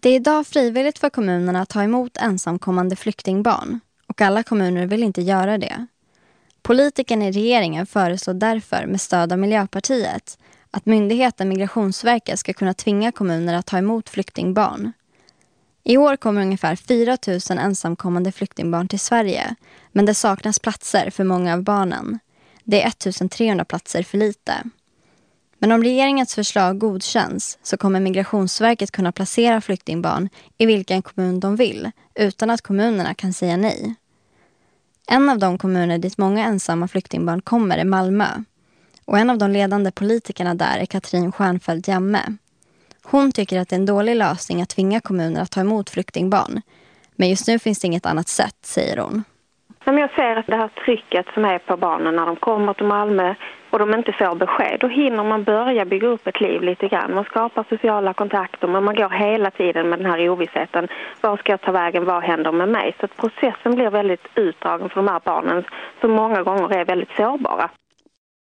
Det är idag frivilligt för kommunerna att ta emot ensamkommande flyktingbarn och alla kommuner vill inte göra det. Politikerna i regeringen föreslår därför med stöd av Miljöpartiet att myndigheten Migrationsverket ska kunna tvinga kommuner att ta emot flyktingbarn. I år kommer ungefär 4 000 ensamkommande flyktingbarn till Sverige, men det saknas platser för många av barnen. Det är 1300 platser för lite. Men om regeringens förslag godkänns så kommer Migrationsverket kunna placera flyktingbarn i vilken kommun de vill utan att kommunerna kan säga nej. En av de kommuner dit många ensamma flyktingbarn kommer är Malmö. Och en av de ledande politikerna där är Katrin Stjernfeldt Jammeh. Hon tycker att det är en dålig lösning att tvinga kommuner att ta emot flyktingbarn. Men just nu finns det inget annat sätt, säger hon. Jag ser att det här trycket som är på barnen när de kommer till Malmö och de inte får besked, då hinner man börja bygga upp ett liv lite grann. Man skapar sociala kontakter, men man går hela tiden med den här ovissheten. Var ska jag ta vägen? Vad händer med mig? Så att processen blir väldigt utdragen för de här barnen som många gånger är väldigt sårbara.